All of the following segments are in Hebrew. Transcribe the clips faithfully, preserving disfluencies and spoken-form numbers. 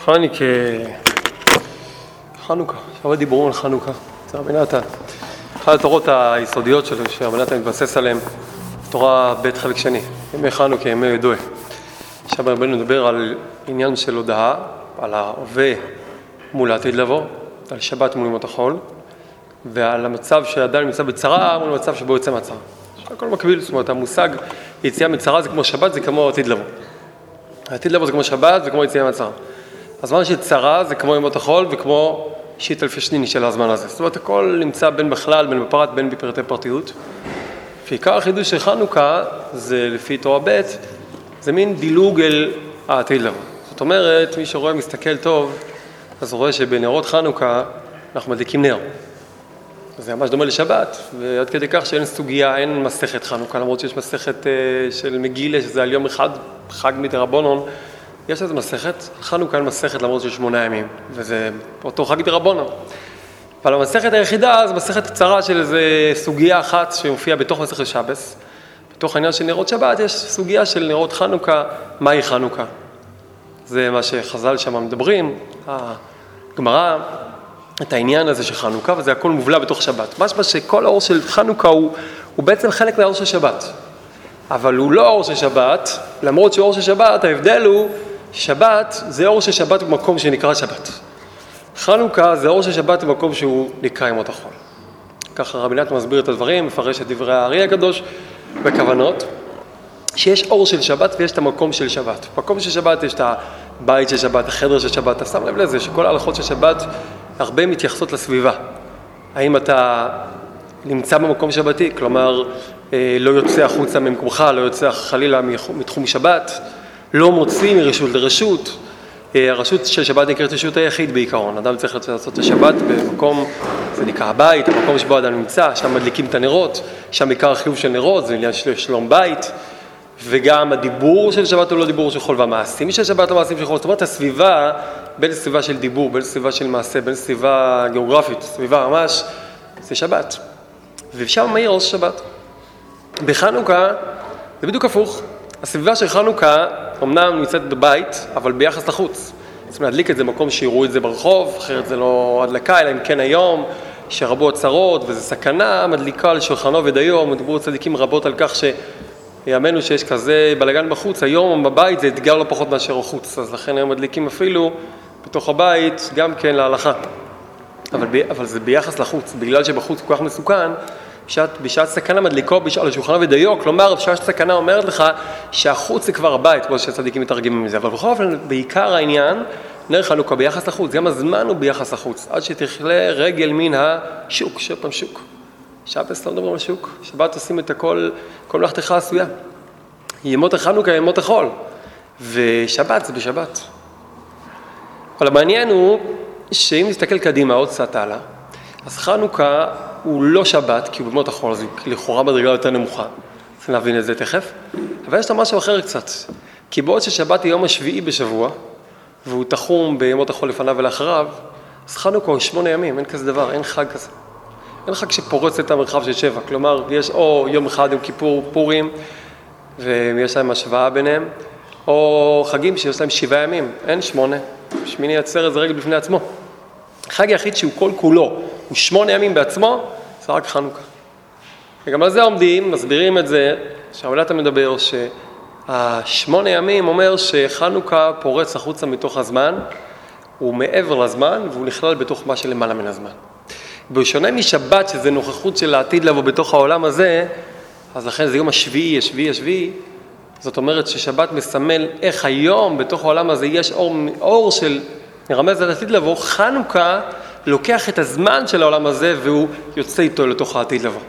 חנוכה, חנוכה, עכשיו דיברו על חנוכה, זה רבי נתן. אחת התורות היסודיות שלו, שרבי נתן מתבסס עליהן, תורה ב' חלק שני, ימי חנוכה, ימי ידוע. עכשיו רבינו מדבר על עניין של הודעה, על ההווה מול העתיד לבוא, על שבת מול ימות החול, ועל המצב שאדם נמצא בצרה מול המצב שבו יוצא מהצרה. הכל מקביל, זאת אומרת, המושג יציאה מצרה זה כמו שבת, זה כמו העתיד לבוא. העתיד לבוא זה כמו שבת וכמו יציאה מהצרה. הזמן של צרה זה כמו ימות החול וכמו שיט אלפי שניני של הזמן הזה. זאת אומרת, הכל נמצא בין בכלל, בין בפרט, בין בפרטי פרטיות. ועיקר החידוש של חנוכה זה לפי תורה ב' זה מין דילוג אל העתיד לבוא. זאת אומרת, מי שרואה מסתכל טוב, אז רואה שבנרות חנוכה אנחנו מדליקים נר. זה ממש דומה לשבת, ועד כדי כך שאין סוגיה, אין מסכת חנוכה, למרות שיש מסכת uh, של מגילה, שזה על יום אחד, חג מדרבנן, יש איזו מסכת, חנוכה אין מסכת למרות שיש שמונה ימים, וזה אותו חג מדרבנן. אבל המסכת היחידה זה מסכת קצרה של איזו סוגיה אחת שמופיעה בתוך מסכת שבס. בתוך העניין של נרות שבת יש סוגיה של נרות חנוכה, מהי חנוכה? זה מה שחז"ל שם מדברים, הגמרא, את העניין הזה של חנוכה, וזה הכל מובלע בתוך שבת. משמע שכל האור של חנוכה הוא, הוא בעצם חלק מהאור של שבת. אבל הוא לא אור של שבת, למרות שאור של שבת, ההבדל הוא ששבת זה אור של שבת במקום שנקרא שבת. חנוכה זה אור של שבת במקום שהוא נקרא ימות החול. ככה רבי נתן מסביר את הדברים, מפרש את דברי הארי הקדוש בכוונות, שיש אור של שבת ויש את המקום של שבת. במקום של שבת יש את הבית של שבת, החדר של שבת. אתה שם לב לזה שכל ההלכות של שבת הרבה מתייחסות לסביבה. האם אתה נמצא במקום שבתי, כלומר לא יוצא החוצה ממקומך, לא יוצא חלילה מתחום שבת, לא מוציא מרשות לרשות. הרשות של שבת נקראת רשות היחיד בעיקרון. אדם צריך לעשות את השבת במקום, זה נקרא הבית, המקום שבו אדם נמצא, שם מדליקים את הנרות, שם עיקר החיוב של נרות, זה עניין של שלום בית. וגם הדיבור של שבת הוא לא דיבור של חול, והמעשים של שבת לא מעשים של חול. זאת אומרת, הסביבה, בין סביבה של דיבור, בין סביבה של מעשה, בין סביבה גיאוגרפית, סביבה ממש, זה שבת. ושם מאיר אור שבת. בחנוכה זה בדיוק הפוך. הסביבה של חנוכה אמנם נמצאת בבית, אבל ביחס לחוץ. זאת אומרת, להדליק את זה במקום שיראו את זה ברחוב, אחרת זה לא הדלקה, אלא אם כן היום, שרבו הצרות, וזה סכנה, מדליקה על שולחנו ודיו, מדברו צדיקים רבות על כך ש... יאמנו שיש כזה בלגן בחוץ, היום בבית זה אתגר לא פחות מאשר החוץ, אז לכן היום מדליקים אפילו בתוך הבית גם כן להלכה. אבל, ב, אבל זה ביחס לחוץ, בגלל שבחוץ כל כך מסוכן, בשעת, בשעת סכנה מדליקו על השולחן ודיו, כלומר בשעת סכנה אומרת לך שהחוץ זה כבר הבית, כמו שצדיקים מתרגמים מזה, אבל בכל אופן בעיקר העניין, נר חנוכה ביחס לחוץ, גם הזמן הוא ביחס לחוץ, עד שתכלה רגל מן השוק, שפעם שוק. שבת לא מדברים על שוק, שבת עושים את הכל, כל מלאכתך עשויה. ימות החנוכה, ימות החול, ושבת זה בשבת. אבל המעניין הוא שאם נסתכל קדימה עוד קצת הלאה, אז חנוכה הוא לא שבת, כי הוא בימות החול, אז הוא לכאורה מדרגה יותר נמוכה. צריכים להבין את זה תכף. אבל יש לו משהו אחר קצת. כי בעוד ששבת היא יום השביעי בשבוע, והוא תחום בימות החול לפניו ולאחריו, אז חנוכה הוא שמונה ימים, אין כזה דבר, אין חג כזה. אין חג שפורץ את המרחב של שבע, כלומר, יש או יום אחד עם כיפור פורים, ויש להם השוואה ביניהם, או חגים שיש להם שבעה ימים, אין שמונה, שמיני עצרת זה רגל בפני עצמו. חג יחיד שהוא כל כולו, הוא שמונה ימים בעצמו, זה רק חנוכה. וגם על זה עומדים, מסבירים את זה, שהעולת המדבר, שהשמונה ימים אומר שחנוכה פורץ החוצה מתוך הזמן, הוא מעבר לזמן, והוא נכלל בתוך מה שלמעלה מן הזמן. בשונה משבת, שזה נוכחות של העתיד לבוא בתוך העולם הזה, אז לכן זה יום השביעי, השביעי, השביעי, זאת אומרת ששבת מסמל איך היום בתוך העולם הזה יש אור, אור של נרמז על העתיד לבוא, חנוכה לוקח את הזמן של העולם הזה והוא יוצא איתו לתוך העתיד לבוא.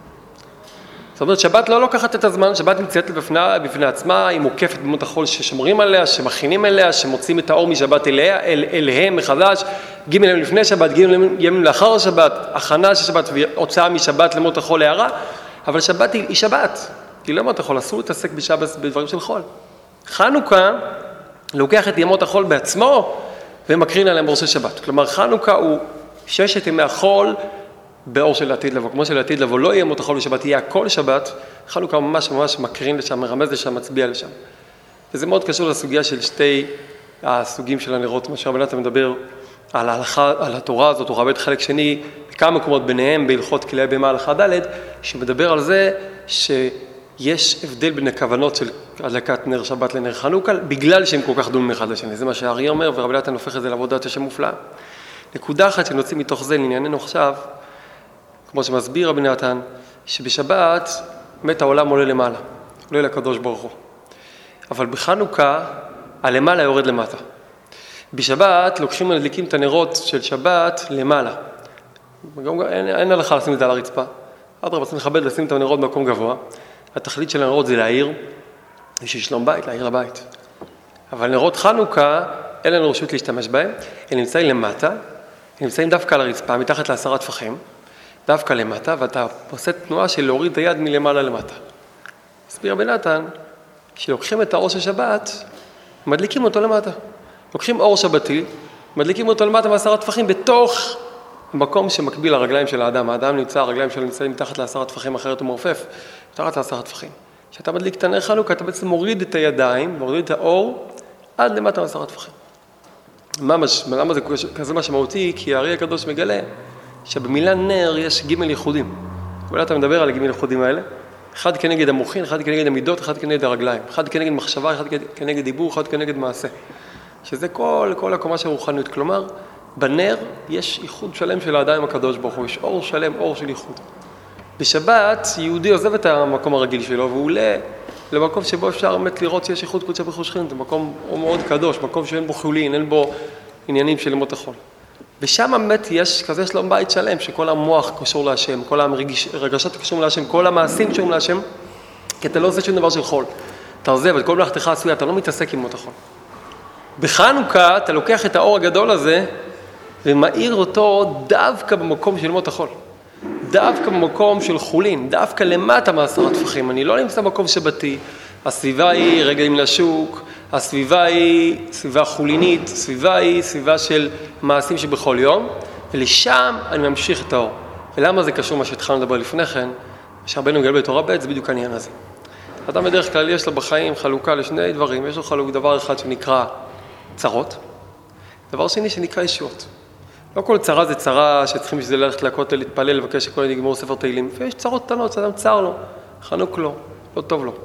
זאת אומרת, שבת לא לוקחת את הזמן, שבת נמצאת בפני, בפני עצמה, היא מוקפת במות החול ששומרים עליה, שמכינים אליה, שמוצאים את האור משבת אליה, אל, אליהם מחדש, ג' ימים לפני שבת, ג' ימים לאחר שבת, הכנה של שבת והוצאה משבת למות החול להערה, אבל שבת היא, היא שבת, כי לא מות החול, אסור להתעסק בשבת בדברים של חול. חנוכה לוקח את ימות החול בעצמו ומקרין עליהם אור של שבת. כלומר, חנוכה הוא ששת ימי החול, באור של עתיד לבוא, כמו של עתיד לבוא, לא יהיה ימות החול בשבת, יהיה הכל שבת, חנוכה ממש ממש מקרין לשם, מרמז לשם, מצביע לשם. וזה מאוד קשור לסוגיה של שתי הסוגים של הנרות, מה שהרב נתן מדבר על ההלכה, על התורה הזאת, תורה ב' חלק שני, בכמה מקומות ביניהם, בהלכות כלי בהמה הלכה ד', שמדבר על זה שיש הבדל בין הכוונות של הדלקת נר שבת לנר חנוכה, בגלל שהם כל כך דומים אחד לשני. זה מה שהארי אומר, ורב נתן הופך את זה לעבודת השם מופלאה. נקודה אחת שנוציא מתוך זה לענייננו עכשיו, כמו שמסביר רבי נתן, שבשבת מת העולם עולה למעלה, עולה לקדוש ברוך הוא. אבל בחנוכה, הלמעלה יורד למטה. בשבת לוקחים ומדליקים את הנרות של שבת למעלה. אין, אין הלכה לשים את זה על הרצפה. אדרבה, צריך לכבד לשים את הנרות במקום גבוה. התכלית של הנרות זה להעיר, בשביל שלום בית, להעיר לבית. אבל נרות חנוכה, אין לנו רשות להשתמש בהם, הם נמצאים למטה, הם נמצאים דווקא על הרצפה, מתחת לעשרה טפחים, דווקא למטה, ואתה עושה תנועה של להוריד את היד מלמעלה למטה. מסביר רבי נתן, כשלוקחים את האור של שבת, מדליקים אותו למטה. לוקחים אור שבתי, מדליקים אותו למטה מעשרה טפחים בתוך מקום שמקביל לרגליים של האדם. האדם נמצא, הרגליים שלו נמצאים מתחת לעשרה טפחים, אחרת הוא מעופף, מתחת לעשרה טפחים. כשאתה מדליק את הנר חנוכה, אתה בעצם מוריד את הידיים, מוריד את האור, עד למטה מעשרה טפחים. למה זה כזה משמעותי? כי הארי הקדוש מגלה שבמילה נר יש ג' ייחודים. אולי אתה מדבר על הג' ייחודים האלה. אחד כנגד המוחין, אחד כנגד המידות, אחד כנגד הרגליים. אחד כנגד מחשבה, אחד כנגד דיבור, אחד כנגד מעשה. שזה כל, כל הקומה של רוחניות. כלומר, בנר יש ייחוד שלם של האדם עם הקדוש ברוך הוא. יש אור שלם, אור של ייחוד. בשבת, יהודי עוזב את המקום הרגיל שלו, והוא עולה למקום שבו אפשר באמת לראות שיש ייחוד קודשא בריך ושכינה. זה מקום מאוד קדוש, מקום שאין בו חולין, אין בו עניינים של ימות החול. ושם באמת יש כזה שלום בית שלם, שכל המוח קשור להשם, כל הרגשות קשורים להשם, כל המעשים קשורים להשם, כי אתה לא עושה שום דבר של חול. אתה עוזב את כל מלאכתך עשויה, אתה לא מתעסק עם ימות החול. בחנוכה אתה לוקח את האור הגדול הזה, ומאיר אותו דווקא במקום של ימות החול. דווקא במקום של חולין, דווקא למטה מעשרה טפחים. אני לא נמצא במקום שבתי, הסביבה היא רגעים לשוק, הסביבה היא סביבה חולינית, הסביבה היא סביבה של מעשים שבכל יום, ולשם אני ממשיך את האור. ולמה זה קשור מה שהתחלנו לדבר לפני כן? שהרבנו מגלה בתורה ב' זה בדיוק העניין הזה. אדם בדרך כלל יש לו בחיים חלוקה לשני דברים, יש לו חלוק דבר אחד שנקרא צרות, דבר שני שנקרא ישועות. לא כל צרה זה צרה שצריכים שזה ללכת לכותל, להתפלל, לבקש שכל יגמור ספר תהילים, ויש צרות קטנות, אדם צר לו, חנוק לו, לא טוב לו.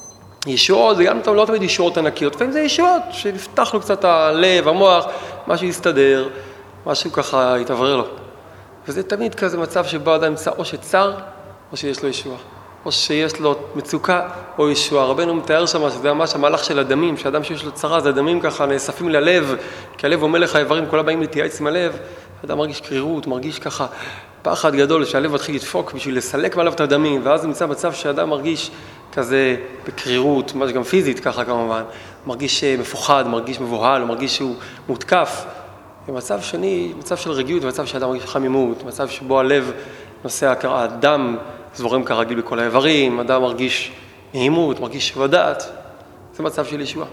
ישועות, זה גם לא תמיד ישועות ענקיות, לפעמים זה ישועות שנפתח לו קצת הלב, המוח, משהו יסתדר, משהו ככה יתעברר לו. וזה תמיד כזה מצב שבו אדם נמצא או שצר, או שיש לו ישועה. או שיש לו מצוקה או ישועה. רבנו מתאר שם שזה ממש המהלך של הדמים, שאדם שיש לו צרה, זה הדמים ככה נאספים ללב, כי הלב הוא מלך האיברים, כל הבאים להתייעץ עם הלב, אדם מרגיש קרירות, מרגיש ככה פחד גדול, שהלב מתחיל לדפוק בשביל לסלק מעליו את הדמים, ואז נמצא מצב שאדם מרגיש כזה בקרירות, ממש גם פיזית ככה כמובן, מרגיש מפוחד, מרגיש מבוהל, מרגיש שהוא מותקף. ומצב שני, מצב של רגיעות, מצב שאדם מרגיש חמימות, מצב שבו הלב נושא הכרה, הדם זורם כרגיל בכל האיברים, אדם מרגיש נעימות, מרגיש שבדעת, זה מצב של ישועה.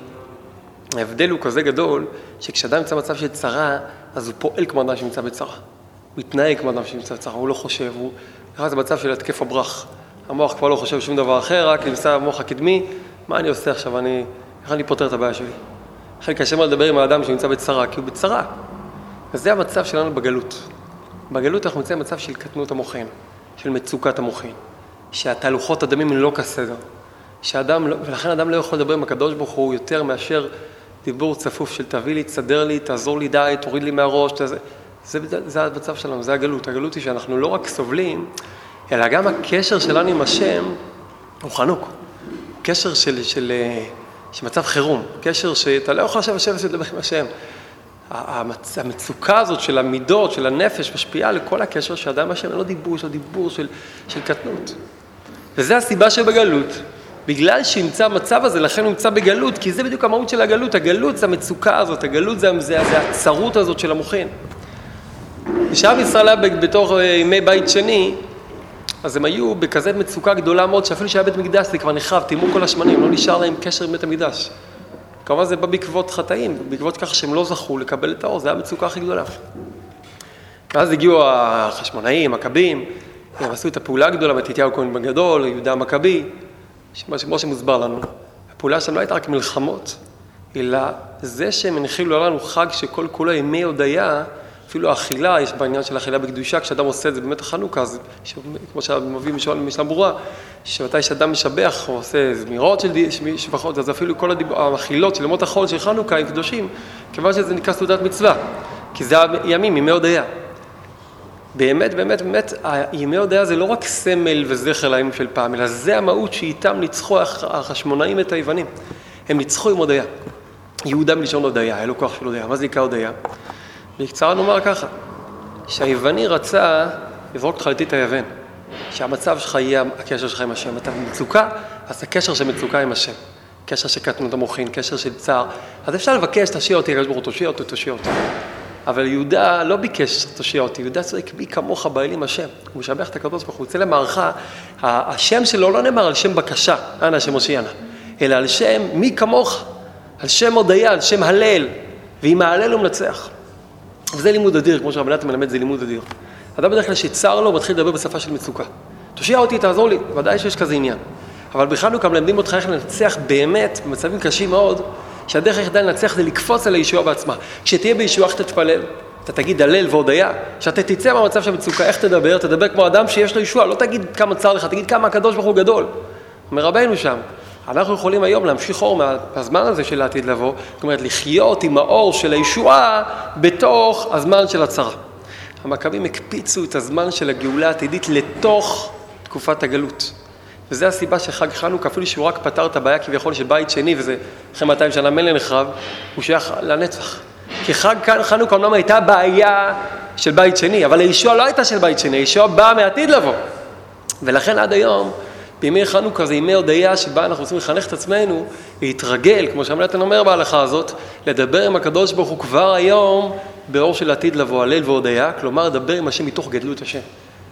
ההבדל הוא כזה גדול, שכשאדם נמצא במצב של צרה, אז הוא פועל כמו אדם שנמצא בצרה. הוא מתנהג כמו אדם שנמצא בצרה, הוא לא חושב, הוא... זה מצב של התקף הברח. המוח כבר לא חושב שום דבר אחר, רק נמצא במוח הקדמי, מה אני עושה עכשיו? אני... איך אני פותר את הבעיה שלי? לכן קשה מאוד לדבר עם האדם שנמצא בצרה, כי הוא בצרה. וזה המצב שלנו בגלות. בגלות אנחנו נמצאים במצב של קטנות המוחין, של מצוקת המוחין, שהתהלוכות הדמים הם לא כסדר. שאדם, ולכן אדם לא יכול לדבר עם הקדוש ברוך הוא יותר מאשר דיבור צפוף של תביא לי, תסדר לי, תעזור לי די, תוריד לי מהראש. זה, זה, זה המצב שלנו, זה הגלות. הגלות היא שאנחנו לא רק סובלים, אלא גם הקשר שלנו עם השם הוא חנוק. קשר של, של, של מצב חירום, קשר שאתה לא יכול עכשיו לשבת ולדבר עם השם. המצוקה הזאת של המידות, של הנפש, משפיעה לכל הקשר שאדם השם, אין לו דיבור, יש לו דיבור של, של קטנות. וזה הסיבה שבגלות. בגלל שימצא המצב הזה, לכן הוא נמצא בגלות, כי זה בדיוק המהות של הגלות. הגלות זה המצוקה הזאת, הגלות זה, זה, זה הצרות הזאת של המוחין. כשעם ישראל היה בתוך ימי בית שני, אז הם היו בכזה מצוקה גדולה מאוד, שאפילו שהיה בית מקדש זה כבר נחרב, תימו כל השמנים, לא נשאר להם קשר עם בית המקדש. כמובן זה בא בעקבות חטאים, בעקבות ככה שהם לא זכו לקבל את האור, זה היה המצוקה הכי גדולה. ואז הגיעו החשמונאים, המכבים, הם עשו את הפעולה הגדולה, מתתיהו הכהן בגדול, יהודה המכבי, כמו שמוסבר לנו. הפעולה שם לא הייתה רק מלחמות, אלא זה שהם הנחילו לנו חג שכל כולו ימי הודיה, אפילו האכילה, יש בעניין של האכילה בקדושה, כשאדם עושה את זה באמת החנוכה, אז כמו שמביא משנה ברורה, שמתי שאדם משבח או עושה זמירות של שבחות, אז אפילו כל האכילות של ימות החול של חנוכה הם קדושים, כיוון שזה נקרא סעודת מצווה, כי זה הימים, ימי הודיה. באמת, באמת, באמת, ימי הודיה זה לא רק סמל וזכר לימים של פעם, אלא זה המהות שאיתם ניצחו החשמונאים את היוונים. הם ניצחו עם הודיה. יהודה מלשון הודיה, היה לו כוח של הודיה. מה זה נקרא הודיה? בקצרה נאמר ככה, שהיווני רצה לזרוק אותך לתית היוון, שהמצב שלך יהיה הקשר שלך עם השם, אתה במצוקה, אז הקשר של מצוקה עם השם, קשר של קטנות המוחין, קשר של צער, אז אפשר לבקש, תושיע אותי, הקדוש ברוך הוא תושיע אותי, תושיע אותי. אבל יהודה לא ביקש תושיע אותי, יהודה צועק בי כמוך באלים השם, הוא משבח את הקדוש ברוך הוא, יוצא למערכה, השם שלו לא נאמר על שם בקשה, אנא השם הושיענה, אלא על שם מי כמוך, על שם הודיה, על שם הלל, ועם ההלל הוא מנצח. וזה לימוד אדיר, כמו שהרב נתן מלמד, זה לימוד אדיר. אדם בדרך כלל שצר לו, מתחיל לדבר בשפה של מצוקה. תושיע אותי, תעזור לי, ודאי שיש כזה עניין. אבל בכלל גם מלמדים אותך איך לנצח באמת, במצבים קשים מאוד, שהדרך היחידה לנצח זה לקפוץ על הישועה בעצמה. כשתהיה בישועה, איך תתפלל? אתה תגיד הלל והודיה, שאתה תצא מהמצב של מצוקה, איך תדבר? תדבר כמו אדם שיש לו ישועה, לא תגיד כמה צר לך, תגיד כמה הקדוש ברוך הוא גדול. אומר רבנו שם, אנחנו יכולים היום להמשיך אור מהזמן הזה של העתיד לבוא, זאת אומרת, לחיות עם האור של הישועה בתוך הזמן של הצרה. המכבים הקפיצו את הזמן של הגאולה העתידית לתוך תקופת הגלות. וזו הסיבה שחג חנוכה, אפילו שהוא רק פתר את הבעיה כביכול של בית שני, וזה אחרי מאתיים שנה מלא נחרב, הוא שייך לנצח. כי חג חנוכה אומנם הייתה בעיה של בית שני, אבל הישועה לא הייתה של בית שני, הישועה באה מעתיד לבוא. ולכן עד היום, בימי חנוכה זה ימי הודיה שבה אנחנו רוצים לחנך את עצמנו, להתרגל, כמו שהמלטן אומר בהלכה הזאת, לדבר עם הקדוש ברוך הוא כבר היום באור של עתיד לבוא, הלל והודיה, כלומר לדבר עם השם מתוך גדלות השם.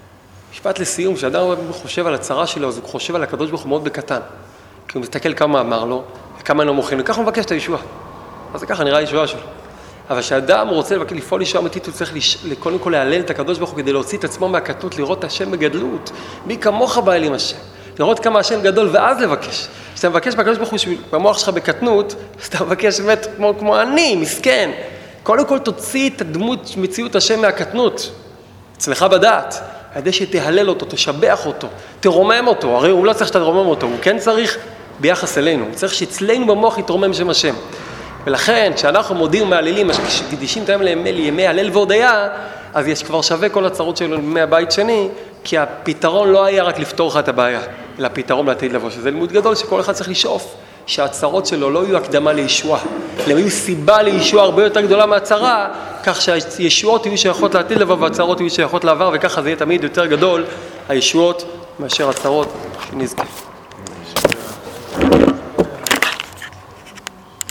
משפט לסיום, כשאדם חושב על הצרה שלו, אז הוא חושב על הקדוש ברוך הוא מאוד בקטן. כי הוא מסתכל כמה אמר לו, וכמה אינו מוכן, וכך הוא מבקש את הישועה. אז זה ככה נראה הישועה שלו. אבל כשאדם רוצה לפעול ישועה אמיתית, הוא צריך קודם כל להלל את הקדוש ברוך הוא כדי להוציא את עצמו מהקטנות, לראות את השם בגדלות. מי כמוך באלים השם? לראות כמה השם גדול ואז לבקש. כשאתה מבקש בקדוש ברוך הוא שבמוח שלך בקטנות, אז אתה מבקש באמת כמו, כמו אני, מסכן. קודם כל תוציא את הדמות מציאות השם מהקטנות, אצלך בדעת. על ידי שתהלל אותו, תשבח אותו, תרומם אותו, הרי הוא לא צריך שתרומם אותו, הוא כן צריך ביחס אלינו, הוא צריך שאצלנו במוח יתרומם שם השם. ולכן, כשאנחנו מודים ומהללים, כשקדישים את הימים לימי הלל והודיה, אז יש כבר שווה כל הצרות שלנו בימי הבית שני, כי הפתרון לא היה רק לפתור לך את הבעיה, אלא הפתרון לעתיד לבוא, שזה לימוד גדול שכל אחד צריך לשאוף, שהצרות שלו לא יהיו הקדמה לישועה, אלא יהיו סיבה לישועה הרבה יותר גדולה מהצרה, כך שהישועות יהיו שייכות לעתיד לבוא והצרות יהיו שייכות לעבר, וככה זה יהיה תמיד יותר גדול, הישועות מאשר הצרות שנזכה.